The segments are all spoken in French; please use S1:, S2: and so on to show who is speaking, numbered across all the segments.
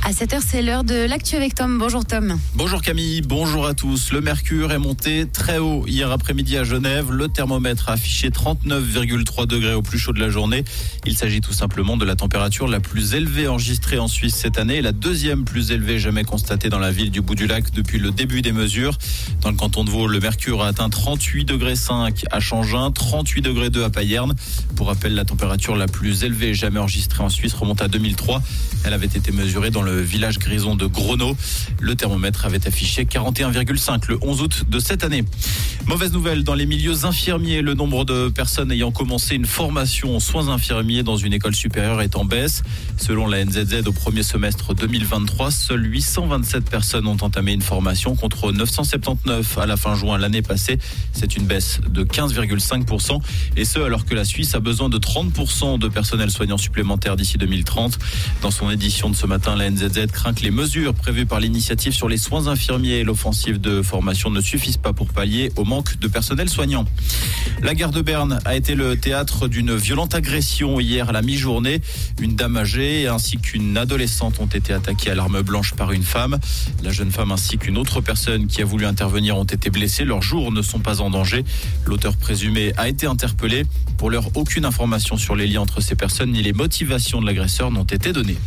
S1: À 7h, c'est l'heure de l'actu avec Tom. Bonjour Tom.
S2: Bonjour Camille, bonjour à tous. Le mercure est monté très haut hier après-midi à Genève. Le thermomètre a affiché 39,3 degrés au plus chaud de la journée. Il s'agit tout simplement de la température la plus élevée enregistrée en Suisse cette année et la deuxième plus élevée jamais constatée dans la ville du Bout-du-Lac depuis le début des mesures. Dans le canton de Vaud, le mercure a atteint 38,5 degrés à Changin, 38,2 degrés à Payerne. Pour rappel, la température la plus élevée jamais enregistrée en Suisse remonte à 2003. Elle avait été mesurée dans le village grison de Gronau. Le thermomètre avait affiché 41,5 le 11 août de cette année. Mauvaise nouvelle dans les milieux infirmiers. Le nombre de personnes ayant commencé une formation en soins infirmiers dans une école supérieure est en baisse. Selon la NZZ, au premier semestre 2023, seules 827 personnes ont entamé une formation contre 979 à la fin juin l'année passée. C'est une baisse de 15,5%. Et ce, alors que la Suisse a besoin de 30% de personnel soignant supplémentaire d'ici 2030. Dans son édition de ce matin, la NZZ craint que les mesures prévues par l'initiative sur les soins infirmiers et l'offensive de formation ne suffisent pas pour pallier au manque de personnel soignant. La gare de Berne a été le théâtre d'une violente agression hier à la mi-journée. Une dame âgée ainsi qu'une adolescente ont été attaquées à l'arme blanche par une femme. La jeune femme ainsi qu'une autre personne qui a voulu intervenir ont été blessées. Leurs jours ne sont pas en danger. L'auteur présumé a été interpellé. Pour l'heure, aucune information sur les liens entre ces personnes ni les motivations de l'agresseur n'ont été données.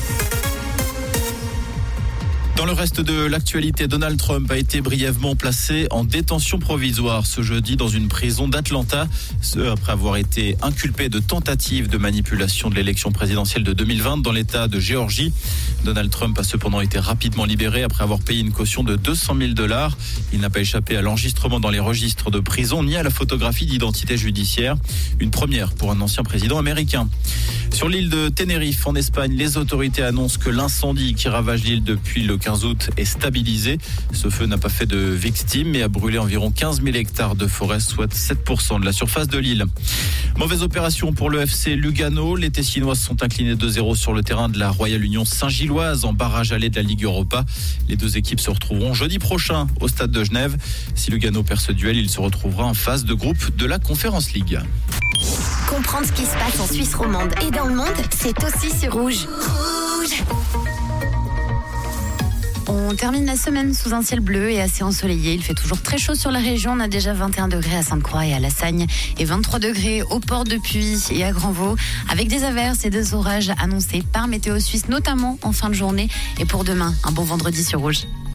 S2: Dans le reste de l'actualité, Donald Trump a été brièvement placé en détention provisoire ce jeudi dans une prison d'Atlanta, ce après avoir été inculpé de tentative de manipulation de l'élection présidentielle de 2020 dans l'État de Géorgie. Donald Trump a cependant été rapidement libéré après avoir payé une caution de $200,000. Il n'a pas échappé à l'enregistrement dans les registres de prison ni à la photographie d'identité judiciaire. Une première pour un ancien président américain. Sur l'île de Tenerife, en Espagne, les autorités annoncent que l'incendie qui ravage l'île depuis le 15 août est stabilisé. Ce feu n'a pas fait de victimes mais a brûlé environ 15 000 hectares de forêt, soit 7% de la surface de l'île. Mauvaise opération pour le FC Lugano. Les Tessinois sont inclinés 2-0 sur le terrain de la Royal Union Saint-Gilloise en barrage aller de la Ligue Europa. Les deux équipes se retrouveront jeudi prochain au stade de Genève. Si Lugano perd ce duel, il se retrouvera en phase de groupe de la Conference League.
S3: Comprendre ce qui se passe en Suisse romande et dans le monde, c'est aussi sur Rouge.
S1: On termine la semaine sous un ciel bleu et assez ensoleillé. Il fait toujours très chaud sur la région. On a déjà 21 degrés à Sainte-Croix et à La Sagne et 23 degrés au port de Puy et à Grand-Vaux, avec des averses et des orages annoncés par Météo Suisse, notamment en fin de journée. Et pour demain, un bon vendredi sur Rouge.